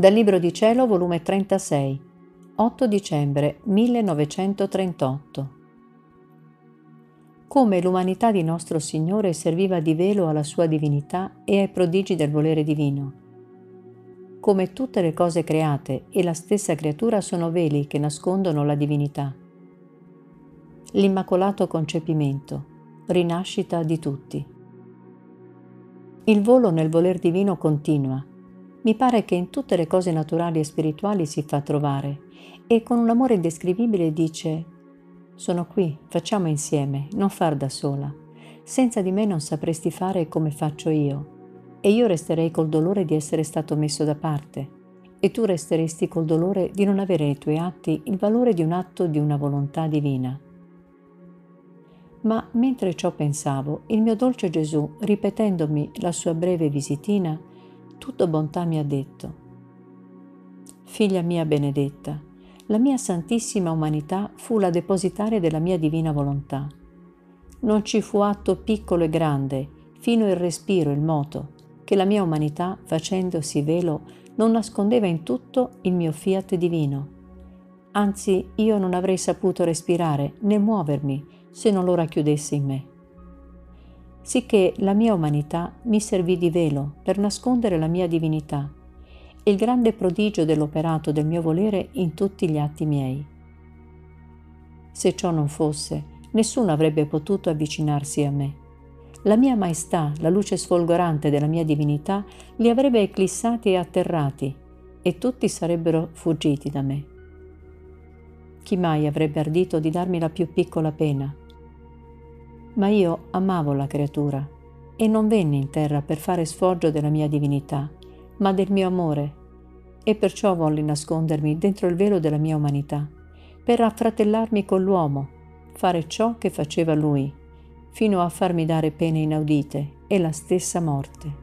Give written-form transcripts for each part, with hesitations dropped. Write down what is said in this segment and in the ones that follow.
Dal Libro di Cielo, volume 36, 8 dicembre 1938. Come l'umanità di nostro Signore serviva di velo alla sua divinità e ai prodigi del volere divino. Come tutte le cose create e la stessa creatura sono veli che nascondono la divinità. L'immacolato concepimento, rinascita di tutti. Il volo nel voler divino continua. Mi pare che in tutte le cose naturali e spirituali si fa trovare e con un amore indescrivibile dice: sono qui, facciamo insieme, non far da sola. Senza di me non sapresti fare come faccio io e io resterei col dolore di essere stato messo da parte e tu resteresti col dolore di non avere nei tuoi atti il valore di un atto di una volontà divina. Ma mentre ciò pensavo, il mio dolce Gesù, ripetendomi la sua breve visitina, tutto bontà mi ha detto: figlia mia benedetta, la mia santissima umanità fu la depositaria della mia divina volontà. Non ci fu atto piccolo e grande, fino il respiro, il moto, che la mia umanità, facendosi velo, non nascondeva in tutto il mio fiat divino. Anzi, io non avrei saputo respirare né muovermi se non lo racchiudesse in me. Sicché la mia umanità mi servì di velo per nascondere la mia divinità e il grande prodigio dell'operato del mio volere in tutti gli atti miei. Se ciò non fosse, nessuno avrebbe potuto avvicinarsi a me. La mia maestà, la luce sfolgorante della mia divinità, li avrebbe eclissati e atterrati, e tutti sarebbero fuggiti da me. Chi mai avrebbe ardito di darmi la più piccola pena? Ma io amavo la creatura e non venni in terra per fare sfoggio della mia divinità, ma del mio amore, e perciò volli nascondermi dentro il velo della mia umanità, per raffratellarmi con l'uomo, fare ciò che faceva lui, fino a farmi dare pene inaudite e la stessa morte.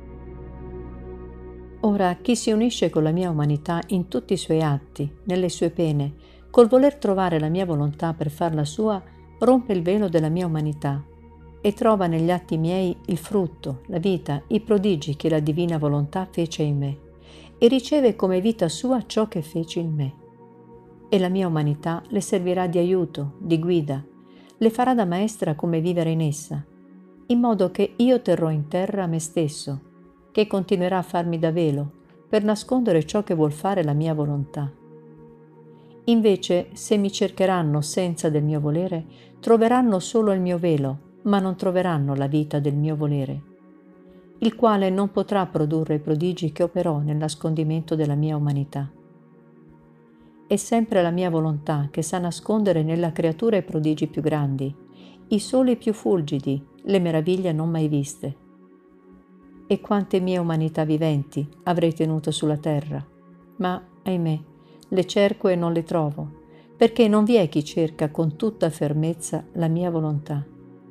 Ora, chi si unisce con la mia umanità in tutti i suoi atti, nelle sue pene, col voler trovare la mia volontà per farla sua, rompe il velo della mia umanità e trova negli atti miei il frutto, la vita, i prodigi che la divina volontà fece in me e riceve come vita sua ciò che fece in me. E la mia umanità le servirà di aiuto, di guida, le farà da maestra come vivere in essa, in modo che io terrò in terra me stesso, che continuerà a farmi da velo per nascondere ciò che vuol fare la mia volontà. Invece, se mi cercheranno senza del mio volere, troveranno solo il mio velo, ma non troveranno la vita del mio volere, il quale non potrà produrre i prodigi che operò nel nascondimento della mia umanità. È sempre la mia volontà che sa nascondere nella creatura i prodigi più grandi, i soli più fulgidi, le meraviglie non mai viste. E quante mie umanità viventi avrei tenuto sulla terra, ma, ahimè, le cerco e non le trovo, perché non vi è chi cerca con tutta fermezza la mia volontà.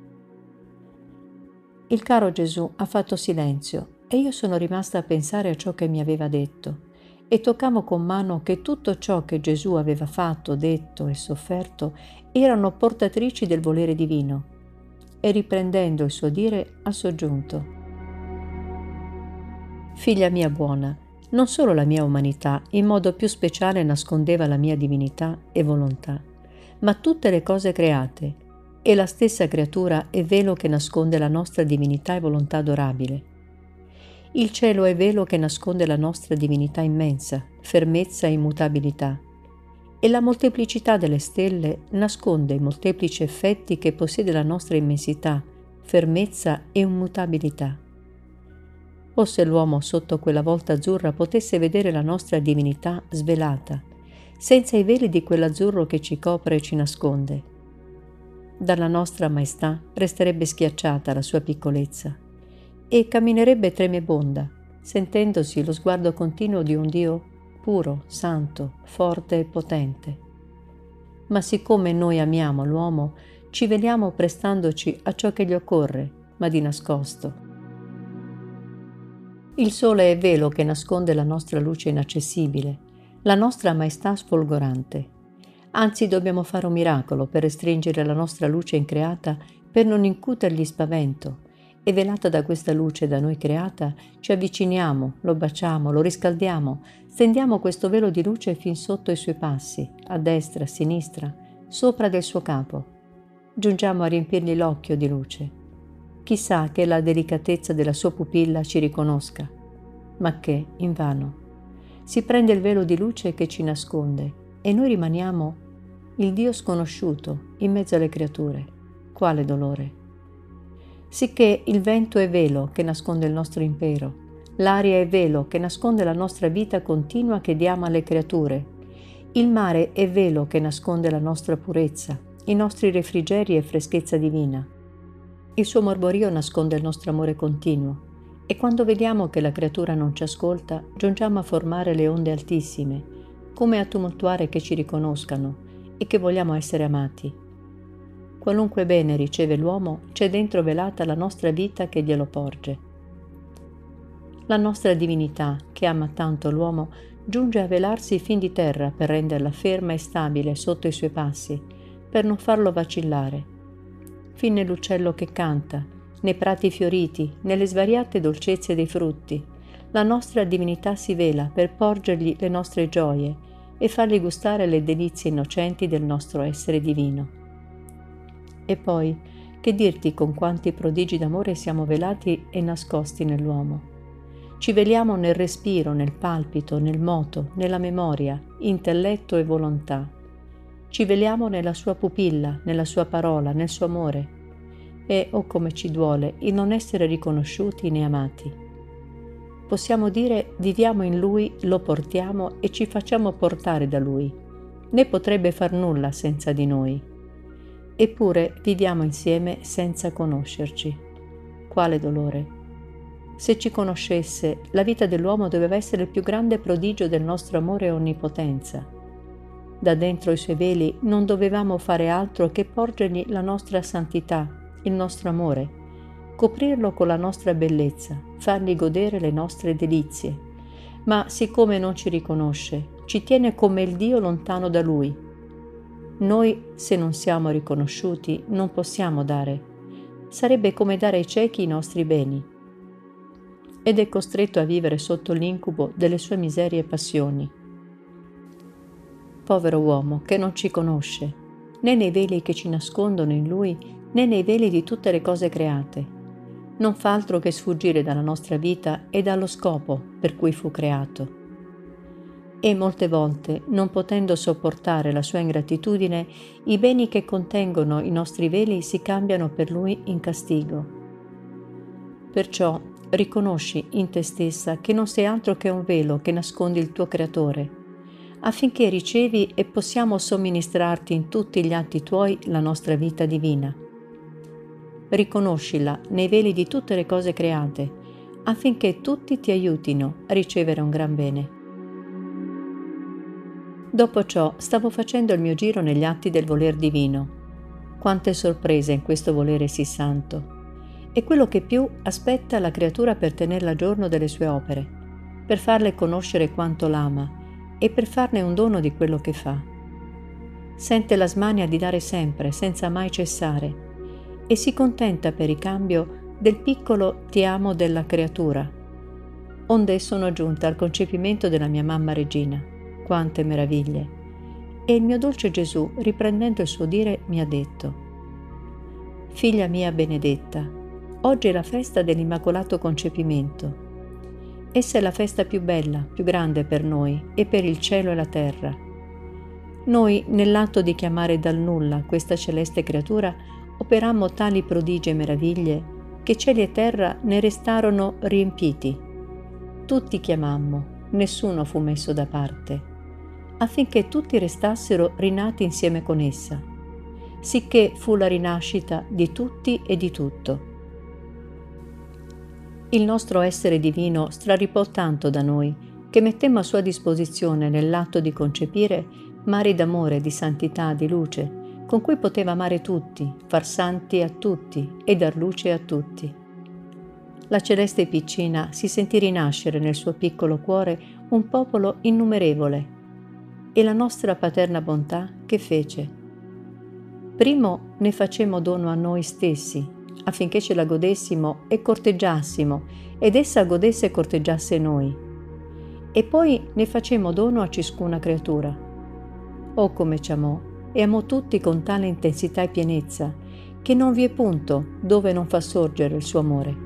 Il caro Gesù ha fatto silenzio e io sono rimasta a pensare a ciò che mi aveva detto e toccavo con mano che tutto ciò che Gesù aveva fatto, detto e sofferto erano portatrici del volere divino e riprendendo il suo dire ha soggiunto: figlia mia buona, non solo la mia umanità in modo più speciale nascondeva la mia divinità e volontà, ma tutte le cose create, e la stessa creatura è velo che nasconde la nostra divinità e volontà adorabile. Il cielo è velo che nasconde la nostra divinità immensa, fermezza e immutabilità, e la molteplicità delle stelle nasconde i molteplici effetti che possiede la nostra immensità, fermezza e immutabilità. O se l'uomo sotto quella volta azzurra potesse vedere la nostra divinità svelata, senza i veli di quell'azzurro che ci copre e ci nasconde. Dalla nostra maestà resterebbe schiacciata la sua piccolezza e camminerebbe tremebonda, sentendosi lo sguardo continuo di un Dio puro, santo, forte e potente. Ma siccome noi amiamo l'uomo, ci veliamo prestandoci a ciò che gli occorre, ma di nascosto. Il sole è velo che nasconde la nostra luce inaccessibile, la nostra maestà sfolgorante. Anzi, dobbiamo fare un miracolo per restringere la nostra luce increata per non incutergli spavento e velata da questa luce da noi creata, ci avviciniamo, lo baciamo, lo riscaldiamo, stendiamo questo velo di luce fin sotto i suoi passi, a destra, a sinistra, sopra del suo capo. Giungiamo a riempirgli l'occhio di luce. Chissà che la delicatezza della sua pupilla ci riconosca, ma che, invano. Si prende il velo di luce che ci nasconde e noi rimaniamo il Dio sconosciuto in mezzo alle creature. Quale dolore! Sicché il vento è velo che nasconde il nostro impero, l'aria è velo che nasconde la nostra vita continua che diamo alle creature, il mare è velo che nasconde la nostra purezza, i nostri refrigeri e freschezza divina. Il suo mormorio nasconde il nostro amore continuo e quando vediamo che la creatura non ci ascolta, giungiamo a formare le onde altissime, come a tumultuare che ci riconoscano e che vogliamo essere amati. Qualunque bene riceve l'uomo, c'è dentro velata la nostra vita che glielo porge. La nostra divinità, che ama tanto l'uomo, giunge a velarsi fin di terra per renderla ferma e stabile sotto i suoi passi, per non farlo vacillare. Fin nell'uccello che canta, nei prati fioriti, nelle svariate dolcezze dei frutti, la nostra divinità si vela per porgergli le nostre gioie e fargli gustare le delizie innocenti del nostro essere divino. E poi, che dirti con quanti prodigi d'amore siamo velati e nascosti nell'uomo. Ci veliamo nel respiro, nel palpito, nel moto, nella memoria, intelletto e volontà. Ci veliamo nella sua pupilla, nella sua parola, nel suo amore. E, oh come ci duole, il non essere riconosciuti né amati. Possiamo dire, viviamo in Lui, lo portiamo e ci facciamo portare da Lui. Né potrebbe far nulla senza di noi. Eppure viviamo insieme senza conoscerci. Quale dolore! Se ci conoscesse, la vita dell'uomo doveva essere il più grande prodigio del nostro amore e onnipotenza. Da dentro i suoi veli non dovevamo fare altro che porgergli la nostra santità, il nostro amore, coprirlo con la nostra bellezza, fargli godere le nostre delizie. Ma siccome non ci riconosce, ci tiene come il Dio lontano da Lui. Noi, se non siamo riconosciuti, non possiamo dare. Sarebbe come dare ai ciechi i nostri beni. Ed è costretto a vivere sotto l'incubo delle sue miserie e passioni. Povero uomo che non ci conosce, né nei veli che ci nascondono in lui, né nei veli di tutte le cose create. Non fa altro che sfuggire dalla nostra vita e dallo scopo per cui fu creato. E molte volte, non potendo sopportare la sua ingratitudine, i beni che contengono i nostri veli si cambiano per lui in castigo. Perciò riconosci in te stessa che non sei altro che un velo che nascondi il tuo Creatore, affinché ricevi e possiamo somministrarti in tutti gli atti tuoi la nostra vita divina. Riconoscila nei veli di tutte le cose create, affinché tutti ti aiutino a ricevere un gran bene. Dopo ciò stavo facendo il mio giro negli atti del voler divino. Quante sorprese in questo volere sì santo! È quello che più aspetta la creatura per tenerla a giorno delle sue opere, per farle conoscere quanto l'ama e per farne un dono di quello che fa. Sente la smania di dare sempre, senza mai cessare, e si contenta per ricambio del piccolo ti amo della creatura, onde sono giunta al concepimento della mia mamma regina. Quante meraviglie! E il mio dolce Gesù, riprendendo il suo dire, mi ha detto: Figlia mia benedetta, oggi è la festa dell'Immacolato Concepimento. Essa è la festa più bella, più grande per noi e per il cielo e la terra. Noi, nell'atto di chiamare dal nulla questa celeste creatura, operammo tali prodigi e meraviglie che cieli e terra ne restarono riempiti. Tutti chiamammo, nessuno fu messo da parte, affinché tutti restassero rinati insieme con essa, sicché fu la rinascita di tutti e di tutto. Il nostro essere divino straripò tanto da noi che mettemmo a sua disposizione nell'atto di concepire mari d'amore, di santità, di luce, con cui poteva amare tutti, far santi a tutti e dar luce a tutti. La celeste piccina si sentì rinascere nel suo piccolo cuore un popolo innumerevole. E la nostra paterna bontà che fece? Primo ne facemmo dono a noi stessi, affinché ce la godessimo e corteggiassimo, ed essa godesse e corteggiasse noi. E poi ne facemmo dono a ciascuna creatura. Oh, come ci amò, e amò tutti con tale intensità e pienezza, che non vi è punto dove non fa sorgere il suo amore.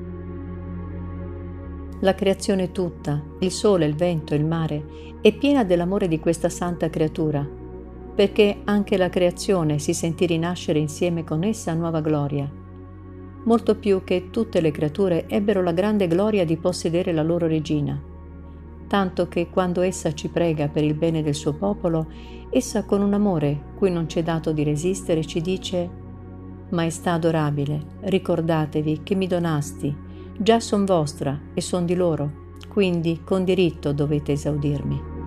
La creazione tutta, il sole, il vento, il mare, è piena dell'amore di questa santa creatura, perché anche la creazione si sentì rinascere insieme con essa a nuova gloria, molto più che tutte le creature ebbero la grande gloria di possedere la loro regina, tanto che quando essa ci prega per il bene del suo popolo, essa con un amore cui non c'è dato di resistere ci dice: «Maestà adorabile, ricordatevi che mi donasti, già son vostra e son di loro, quindi con diritto dovete esaudirmi».